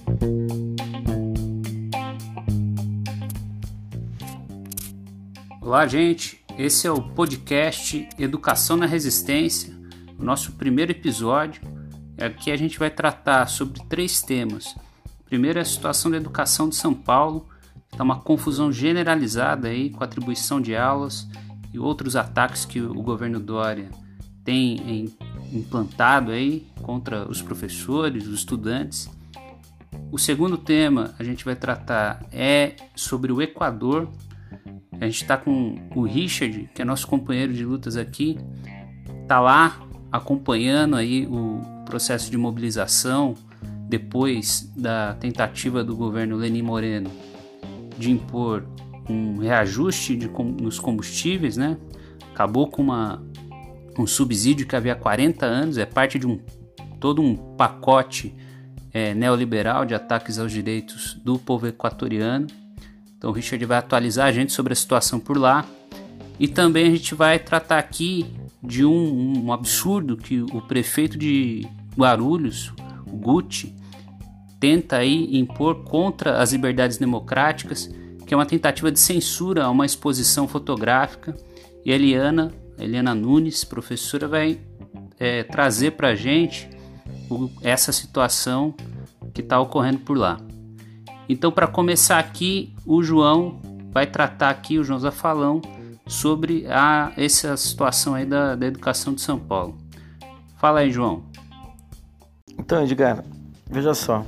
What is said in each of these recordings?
Olá, gente. Esse é o podcast Educação na Resistência, o nosso primeiro episódio. Aqui a gente vai tratar sobre 3 temas. Primeiro é a situação da educação de São Paulo, que está uma confusão generalizada aí com a atribuição de aulas e outros ataques que o governo Dória tem implantado aí contra os professores, os estudantes. O segundo tema a gente vai tratar é sobre o Equador. A gente está com o Richard, que é nosso companheiro de lutas aqui, está lá acompanhando aí o processo de mobilização depois da tentativa do governo Lenín Moreno de impor um reajuste nos combustíveis, né? Acabou com um subsídio que havia 40 anos, é parte de todo um pacote neoliberal de ataques aos direitos do povo equatoriano. Então o Richard vai atualizar a gente sobre a situação por lá. E também a gente vai tratar aqui de um absurdo que o prefeito de Guarulhos, o Guti, tenta aí impor contra as liberdades democráticas, que é uma tentativa de censura a uma exposição fotográfica. E a Eliana Nunes, professora, vai trazer para a gente essa situação que está ocorrendo por lá. Então, para começar aqui, o João vai tratar aqui, o João Zafalão, sobre essa situação aí da educação de São Paulo. Fala aí, João. Então, Edgar, veja só,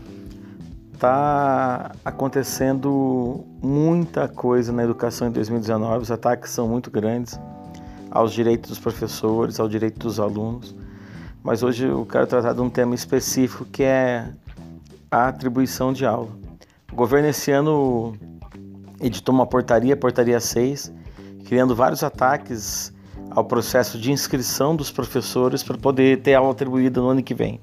está acontecendo muita coisa na educação em 2019, os ataques são muito grandes aos direitos dos professores, ao direito dos alunos, mas hoje eu quero tratar de um tema específico que é a atribuição de aula. O governo esse ano editou uma portaria 6, criando vários ataques ao processo de inscrição dos professores para poder ter aula atribuída no ano que vem.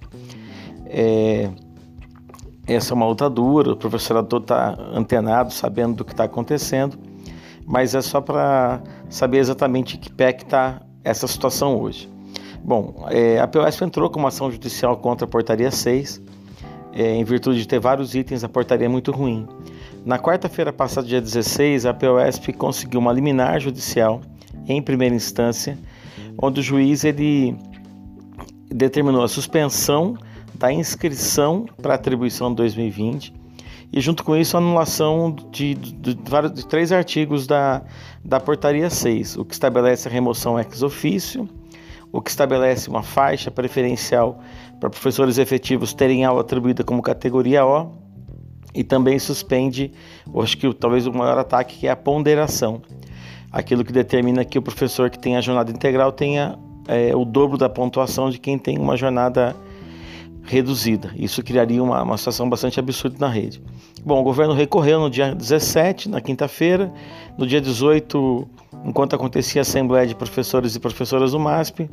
Essa é uma luta dura, o professorado está antenado, sabendo do que está acontecendo, mas é só para saber exatamente em que pé que está essa situação hoje. Bom, a POSP entrou com uma ação judicial contra a portaria 6, em virtude de ter vários itens, a portaria é muito ruim. Na quarta-feira passada, dia 16, a POSP conseguiu uma liminar judicial em primeira instância, onde o juiz ele determinou a suspensão da inscrição para atribuição de 2020 e, junto com isso, a anulação de 3 artigos da portaria 6, o que estabelece a remoção ex officio, o que estabelece uma faixa preferencial para professores efetivos terem aula atribuída como categoria O, e também suspende, acho que talvez o maior ataque, que é a ponderação, aquilo que determina que o professor que tem a jornada integral tenha o dobro da pontuação de quem tem uma jornada reduzida. Isso criaria uma situação bastante absurda na rede. Bom, o governo recorreu no dia 17, na quinta-feira. No dia 18, enquanto acontecia a Assembleia de Professores e Professoras do MASP,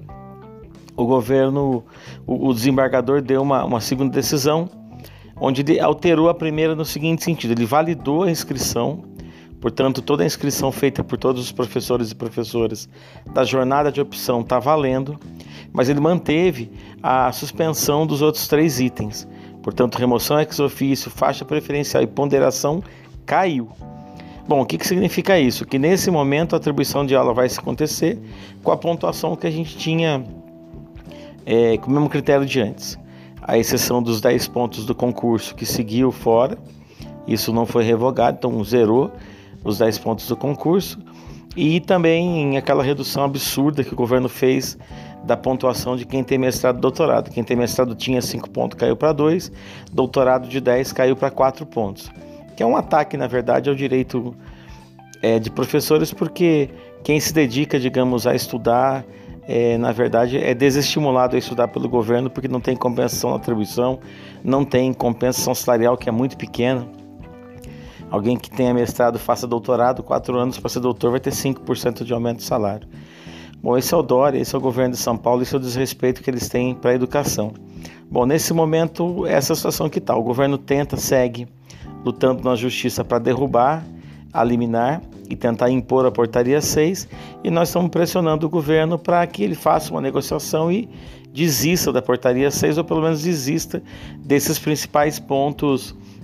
o desembargador deu uma segunda decisão, onde ele alterou a primeira no seguinte sentido: ele validou a inscrição, portanto toda a inscrição feita por todos os professores e professoras da jornada de opção está valendo, mas ele manteve a suspensão dos outros 3 itens, portanto remoção ex officio, faixa preferencial e ponderação caiu. Bom, o que significa isso? Que nesse momento a atribuição de aula vai se acontecer com a pontuação que a gente tinha com o mesmo critério de antes, a exceção dos 10 pontos do concurso que seguiu fora, isso não foi revogado, então zerou os 10 pontos do concurso, e também aquela redução absurda que o governo fez da pontuação de quem tem mestrado e doutorado. Quem tem mestrado tinha 5 pontos, caiu para 2, doutorado de 10 caiu para 4 pontos, que é um ataque, na verdade, ao direito de professores, porque quem se dedica, digamos, a estudar, na verdade, é desestimulado a estudar pelo governo, porque não tem compensação na atribuição, não tem compensação salarial, que é muito pequena. Alguém que tenha mestrado, faça doutorado, 4 anos para ser doutor, vai ter 5% de aumento de salário. Bom, esse é o Dória, esse é o governo de São Paulo, esse é o desrespeito que eles têm para a educação. Bom, nesse momento, essa é a situação que está. O governo segue lutando na justiça para derrubar a liminar e tentar impor a portaria 6, e nós estamos pressionando o governo para que ele faça uma negociação e desista da portaria 6, ou pelo menos desista desses principais pontos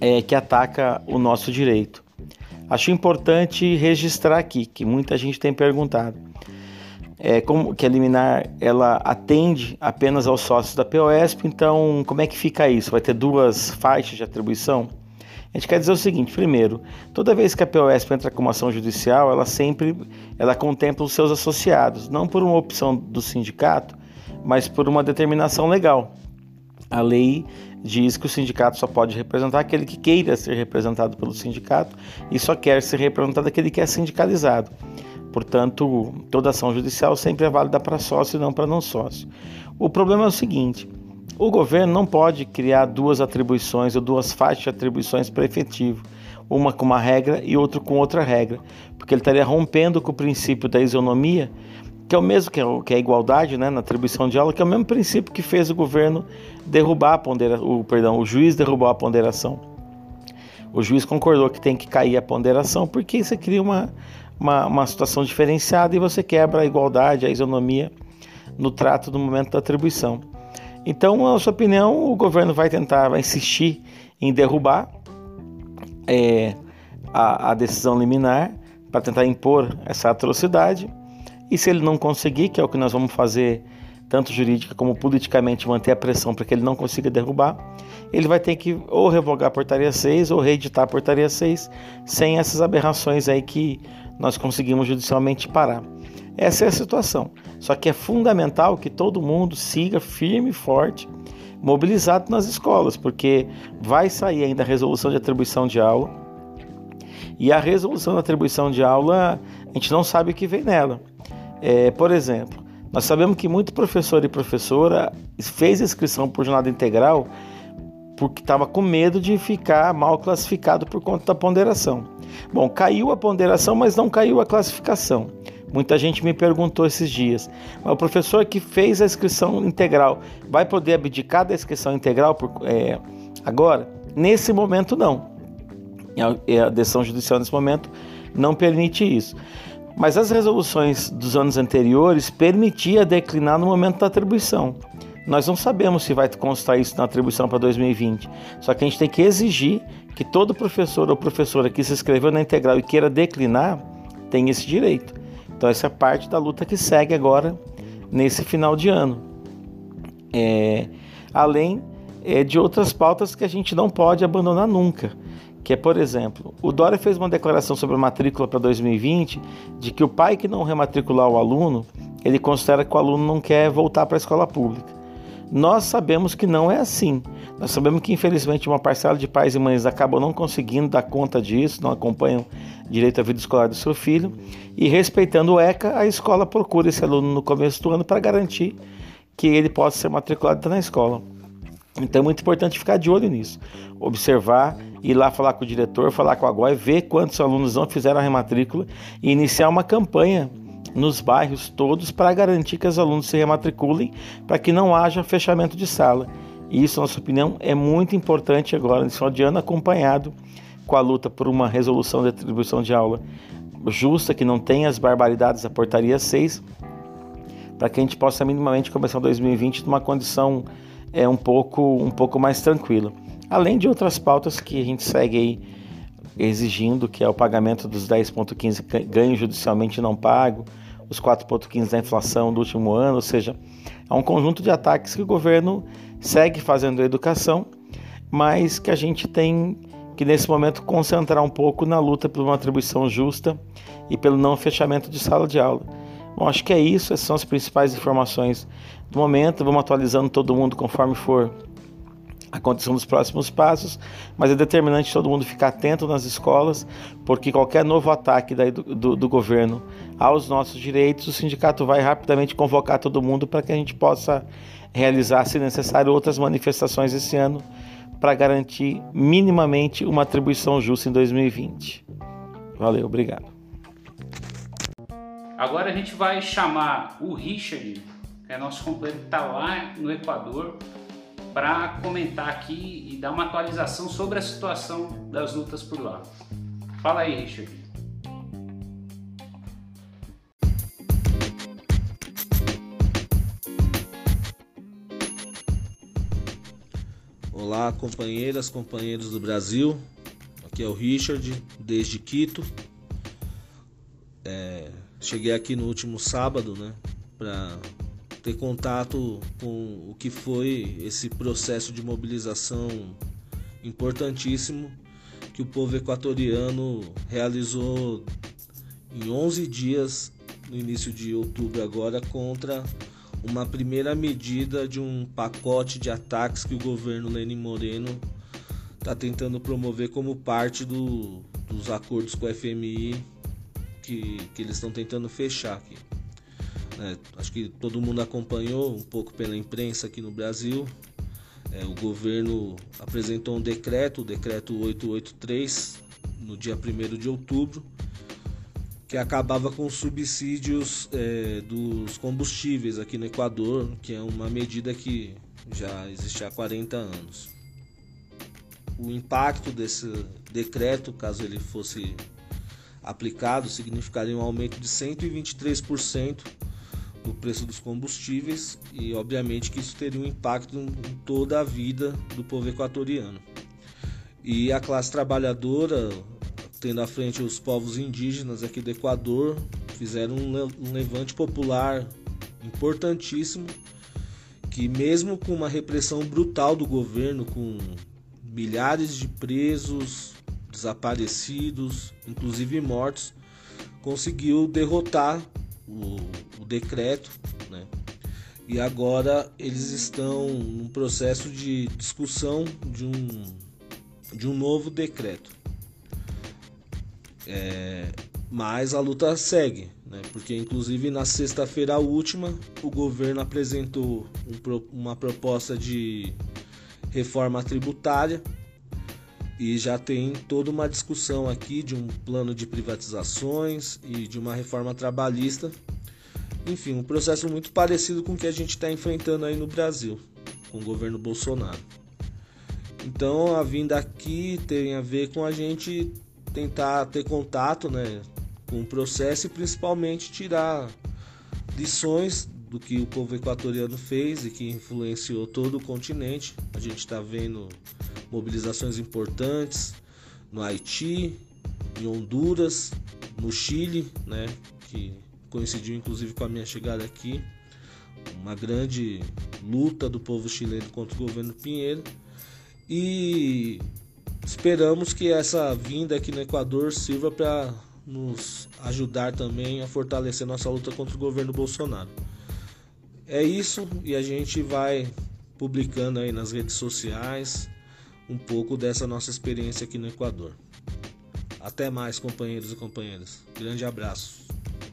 que ataca o nosso direito. Acho importante registrar aqui, que muita gente tem perguntado, como que a liminar ela atende apenas aos sócios da POSP, então como é que fica isso? Vai ter duas faixas de atribuição? A gente quer dizer o seguinte: primeiro, toda vez que a POSP entra com uma ação judicial, ela contempla os seus associados, não por uma opção do sindicato, mas por uma determinação legal. A lei diz que o sindicato só pode representar aquele que queira ser representado pelo sindicato e só quer ser representado aquele que é sindicalizado. Portanto, toda ação judicial sempre é válida para sócio e não para não sócio. O problema é o seguinte: o governo não pode criar duas atribuições ou duas faixas de atribuições para efetivo, uma com uma regra e outra com outra regra, porque ele estaria rompendo com o princípio da isonomia, que é o mesmo que a igualdade, né, na atribuição de aula, que é o mesmo princípio que fez o governo derrubar o juiz derrubou a ponderação. O juiz concordou que tem que cair a ponderação porque você cria uma situação diferenciada e você quebra a igualdade, a isonomia no trato do momento da atribuição. Então, na sua opinião, o governo vai insistir em derrubar a decisão liminar para tentar impor essa atrocidade. E se ele não conseguir, que é o que nós vamos fazer, tanto jurídica como politicamente, manter a pressão para que ele não consiga derrubar, ele vai ter que ou revogar a portaria 6 ou reeditar a portaria 6, sem essas aberrações aí que nós conseguimos judicialmente parar. Essa é a situação. Só que é fundamental que todo mundo siga firme e forte, mobilizado nas escolas, porque vai sair ainda a resolução de atribuição de aula, e a resolução da atribuição de aula, a gente não sabe o que vem nela. Por exemplo, nós sabemos que muito professor e professora fez inscrição por jornada integral porque estava com medo de ficar mal classificado por conta da ponderação. Bom, caiu a ponderação, mas não caiu a classificação. Muita gente me perguntou esses dias: mas o professor que fez a inscrição integral vai poder abdicar da inscrição integral agora? Nesse momento, não. A decisão judicial nesse momento não permite isso. Mas as resoluções dos anos anteriores permitiam declinar no momento da atribuição. Nós não sabemos se vai constar isso na atribuição para 2020, só que a gente tem que exigir que todo professor ou professora que se inscreveu na integral e queira declinar tenha esse direito. Então essa é parte da luta que segue agora nesse final de ano. Além de outras pautas que a gente não pode abandonar nunca, que é, por exemplo, o Dória fez uma declaração sobre a matrícula para 2020, de que o pai que não rematricular o aluno, ele considera que o aluno não quer voltar para a escola pública. Nós sabemos que não é assim. Nós sabemos que, infelizmente, uma parcela de pais e mães acabam não conseguindo dar conta disso, não acompanham direito à vida escolar do seu filho, e respeitando o ECA, a escola procura esse aluno no começo do ano para garantir que ele possa ser matriculado na escola. Então é muito importante ficar de olho nisso, observar, ir lá falar com o diretor, falar com a GOI, ver quantos alunos não fizeram a rematrícula e iniciar uma campanha nos bairros todos para garantir que os alunos se rematriculem, para que não haja fechamento de sala. E isso, na nossa opinião, é muito importante agora, nesse final de ano, acompanhado com a luta por uma resolução de atribuição de aula justa, que não tenha as barbaridades da portaria 6, para que a gente possa minimamente começar 2020 numa condição um pouco mais tranquila. Além de outras pautas que a gente segue aí exigindo, que é o pagamento dos 10,15 ganho judicialmente não pago, os 4,15 da inflação do último ano, ou seja, há um conjunto de ataques que o governo segue fazendo a educação, mas que a gente tem que nesse momento concentrar um pouco na luta por uma atribuição justa e pelo não fechamento de sala de aula. Bom, acho que é isso, essas são as principais informações do momento. Vamos atualizando todo mundo conforme for a condição dos próximos passos, mas é determinante todo mundo ficar atento nas escolas, porque qualquer novo ataque do governo aos nossos direitos, o sindicato vai rapidamente convocar todo mundo para que a gente possa realizar, se necessário, outras manifestações esse ano para garantir minimamente uma atribuição justa em 2020. Valeu, obrigado. Agora a gente vai chamar o Richard, que é nosso companheiro que está lá no Equador, para comentar aqui e dar uma atualização sobre a situação das lutas por lá. Fala aí, Richard. Olá, companheiras, companheiros do Brasil. Aqui é o Richard, desde Quito. Cheguei aqui no último sábado, né, para ter contato com o que foi esse processo de mobilização importantíssimo que o povo equatoriano realizou em 11 dias no início de outubro agora contra uma primeira medida de um pacote de ataques que o governo Lenin Moreno está tentando promover como parte dos acordos com o FMI que eles estão tentando fechar aqui. Acho que todo mundo acompanhou um pouco pela imprensa aqui no Brasil. O governo apresentou um decreto, o decreto 883, no dia 1º de outubro, que acabava com os subsídios dos combustíveis aqui no Equador, que é uma medida que já existe há 40 anos. O impacto desse decreto, caso ele fosse aplicado, significaria um aumento de 123% no preço dos combustíveis e obviamente que isso teria um impacto em toda a vida do povo equatoriano. E a classe trabalhadora, tendo à frente os povos indígenas aqui do Equador, fizeram um levante popular importantíssimo, que mesmo com uma repressão brutal do governo, com milhares de presos, desaparecidos, inclusive mortos, conseguiu derrotar o decreto, né? E agora eles estão num processo de discussão de um novo decreto. Mas a luta segue, né? Porque inclusive na sexta-feira última o governo apresentou uma proposta de reforma tributária e já tem toda uma discussão aqui de um plano de privatizações e de uma reforma trabalhista. Enfim, um processo muito parecido com o que a gente está enfrentando aí no Brasil, com o governo Bolsonaro. Então a vinda aqui tem a ver com a gente tentar ter contato, né, com o processo e principalmente tirar lições do que o povo equatoriano fez e que influenciou todo o continente. A gente está vendo mobilizações importantes no Haiti, em Honduras, no Chile, né, que coincidiu inclusive com a minha chegada aqui. Uma grande luta do povo chileno contra o governo Pinheiro. E esperamos que essa vinda aqui no Equador sirva para nos ajudar também a fortalecer nossa luta contra o governo Bolsonaro. É isso, e a gente vai publicando aí nas redes sociais um pouco dessa nossa experiência aqui no Equador. Até mais, companheiros e companheiras. Grande abraço.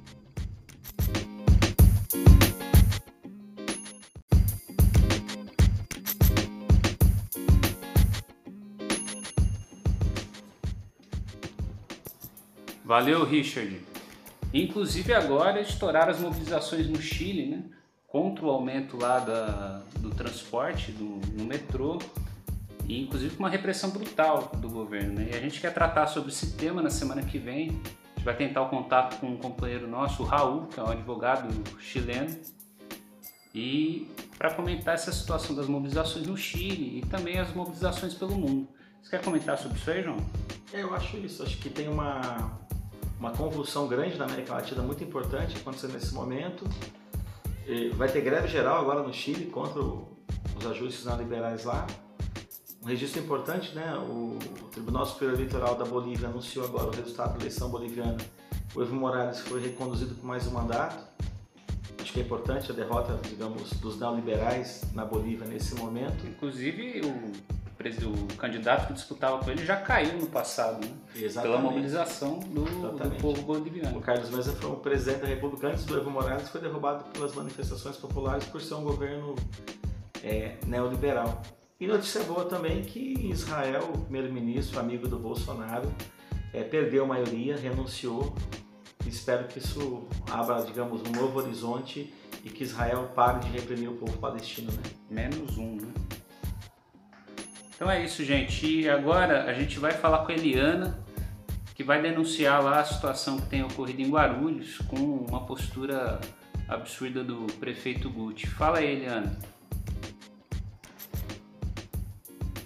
Valeu, Richard. Inclusive agora estouraram as mobilizações no Chile, né? Contra o aumento lá do transporte no metrô e inclusive com uma repressão brutal do governo, né? E a gente quer tratar sobre esse tema na semana que vem. A gente vai tentar o contato com um companheiro nosso, o Raul, que é um advogado chileno, e para comentar essa situação das mobilizações no Chile e também as mobilizações pelo mundo. Você quer comentar sobre isso aí, João? Eu acho isso. Acho que tem uma convulsão grande na América Latina muito importante acontecendo nesse momento. Vai ter greve geral agora no Chile contra os ajustes neoliberais lá. Um registro importante, né? O Tribunal Superior Eleitoral da Bolívia anunciou agora o resultado da eleição boliviana. O Evo Morales foi reconduzido por mais um mandato. Acho que é importante a derrota, digamos, dos neoliberais na Bolívia nesse momento. Inclusive o candidato que disputava com ele já caiu no passado, né? Exatamente. Pela mobilização do povo boliviano. O Carlos Mesa foi o presidente da República antes do Evo Morales, foi derrubado pelas manifestações populares por ser um governo neoliberal. E notícia boa também que Israel, o primeiro-ministro, amigo do Bolsonaro, perdeu a maioria, renunciou. Espero que isso abra, digamos, um novo horizonte e que Israel pare de reprimir o povo palestino, né? Menos um, né? Então é isso, gente. E agora a gente vai falar com a Eliana, que vai denunciar lá a situação que tem ocorrido em Guarulhos com uma postura absurda do prefeito Guti. Fala aí, Eliana.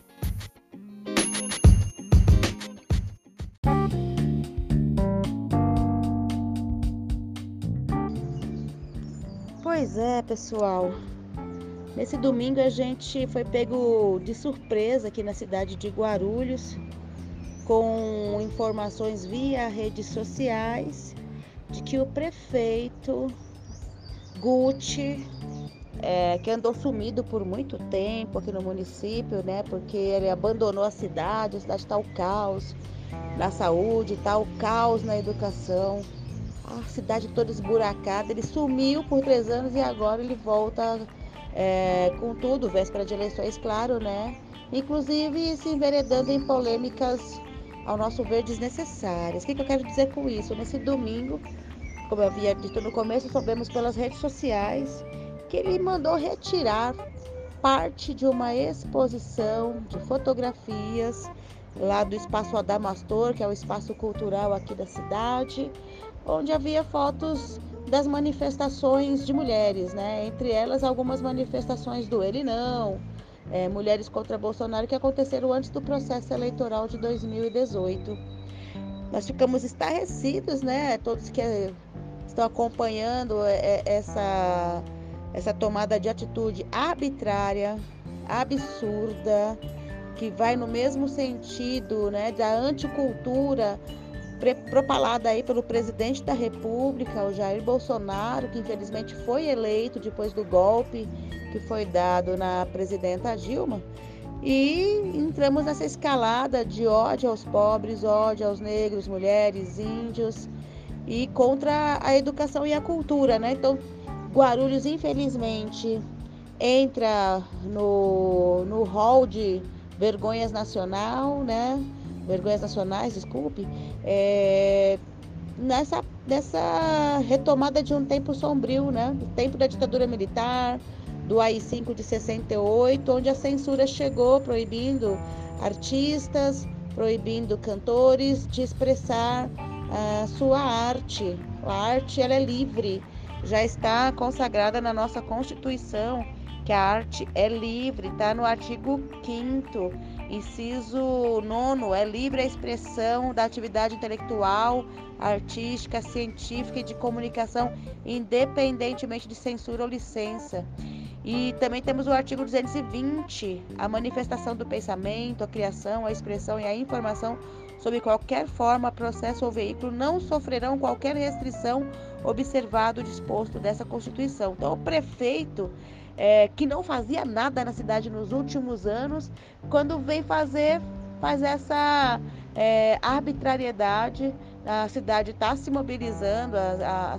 Pois é, pessoal. Nesse domingo a gente foi pego de surpresa aqui na cidade de Guarulhos com informações via redes sociais de que o prefeito Guti, que andou sumido por muito tempo aqui no município, né? Porque ele abandonou a cidade está o caos na saúde, está o caos na educação, a cidade toda esburacada. Ele sumiu por 3 anos e agora ele volta com tudo, véspera de eleições, claro, né? Inclusive se enveredando em polêmicas, ao nosso ver, desnecessárias. O que eu quero dizer com isso? Nesse domingo, como eu havia dito no começo, soubemos pelas redes sociais que ele mandou retirar parte de uma exposição de fotografias lá do Espaço Adamastor, que é o espaço cultural aqui da cidade, onde havia fotos das manifestações de mulheres, né? Entre elas algumas manifestações do Ele Não, Mulheres contra Bolsonaro, que aconteceram antes do processo eleitoral de 2018. Nós ficamos estarrecidos, né? Todos que estão acompanhando essa tomada de atitude arbitrária, absurda, que vai no mesmo sentido, né, da anticultura propalada aí pelo presidente da República, o Jair Bolsonaro, que infelizmente foi eleito depois do golpe que foi dado na presidenta Dilma. E entramos nessa escalada de ódio aos pobres, ódio aos negros, mulheres, índios e contra a educação e a cultura, né? Então, Guarulhos, infelizmente, entra no hall de vergonhas nacional, né? Vergonhas nacionais, desculpe, nessa retomada de um tempo sombrio, né? O tempo da ditadura militar, do AI-5 de 68, onde a censura chegou proibindo artistas, proibindo cantores de expressar a sua arte. A arte, ela é livre, já está consagrada na nossa Constituição, que a arte é livre, está no artigo 5º, inciso 9º, é livre a expressão da atividade intelectual, artística, científica e de comunicação, independentemente de censura ou licença. E também temos o artigo 220, a manifestação do pensamento, a criação, a expressão e a informação sob qualquer forma, processo ou veículo não sofrerão qualquer restrição observado o disposto dessa Constituição. Então, o prefeito, que não fazia nada na cidade nos últimos anos, quando vem faz essa arbitrariedade, a cidade está se mobilizando, a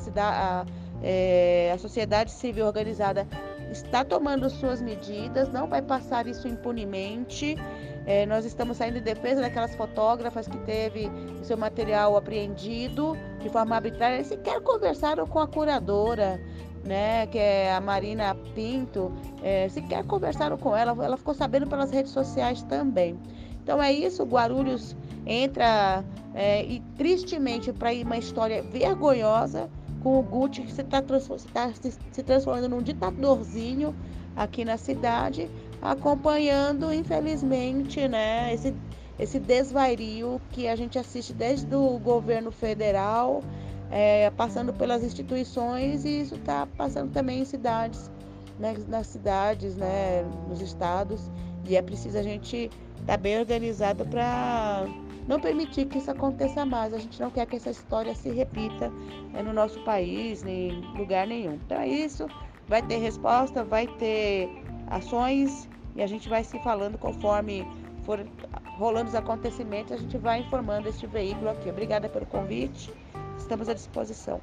sociedade civil organizada está tomando suas medidas, não vai passar isso impunemente. Nós estamos saindo em defesa daquelas fotógrafas que teve o seu material apreendido de forma arbitrária. Eles sequer conversaram com a curadora, né, que é a Marina Pinto, sequer conversaram com ela ficou sabendo pelas redes sociais também. Então é isso, Guarulhos entra e tristemente para uma história vergonhosa com o Guti, que está se transformando num ditadorzinho aqui na cidade, acompanhando, infelizmente, né, esse desvario que a gente assiste desde o governo federal, passando pelas instituições, e isso está passando também em cidades, né, nas cidades, né, nos estados, e é preciso a gente estar bem organizado para não permitir que isso aconteça mais. A gente não quer que essa história se repita no nosso país, nem em lugar nenhum. Então é isso, vai ter resposta, vai ter ações, e a gente vai se falando conforme for rolando os acontecimentos, a gente vai informando este veículo aqui. Obrigada pelo convite, estamos à disposição.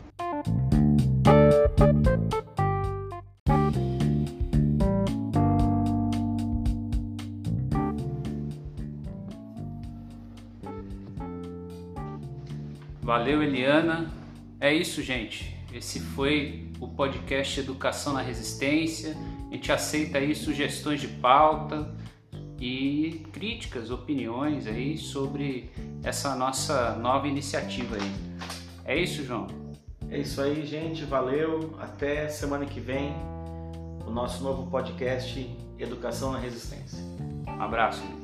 Valeu, Eliana. É isso, gente. Esse foi o podcast Educação na Resistência. A gente aceita aí sugestões de pauta e críticas, opiniões aí sobre essa nossa nova iniciativa aí. É isso, João? É isso aí, gente. Valeu. Até semana que vem, o nosso novo podcast Educação na Resistência. Um abraço.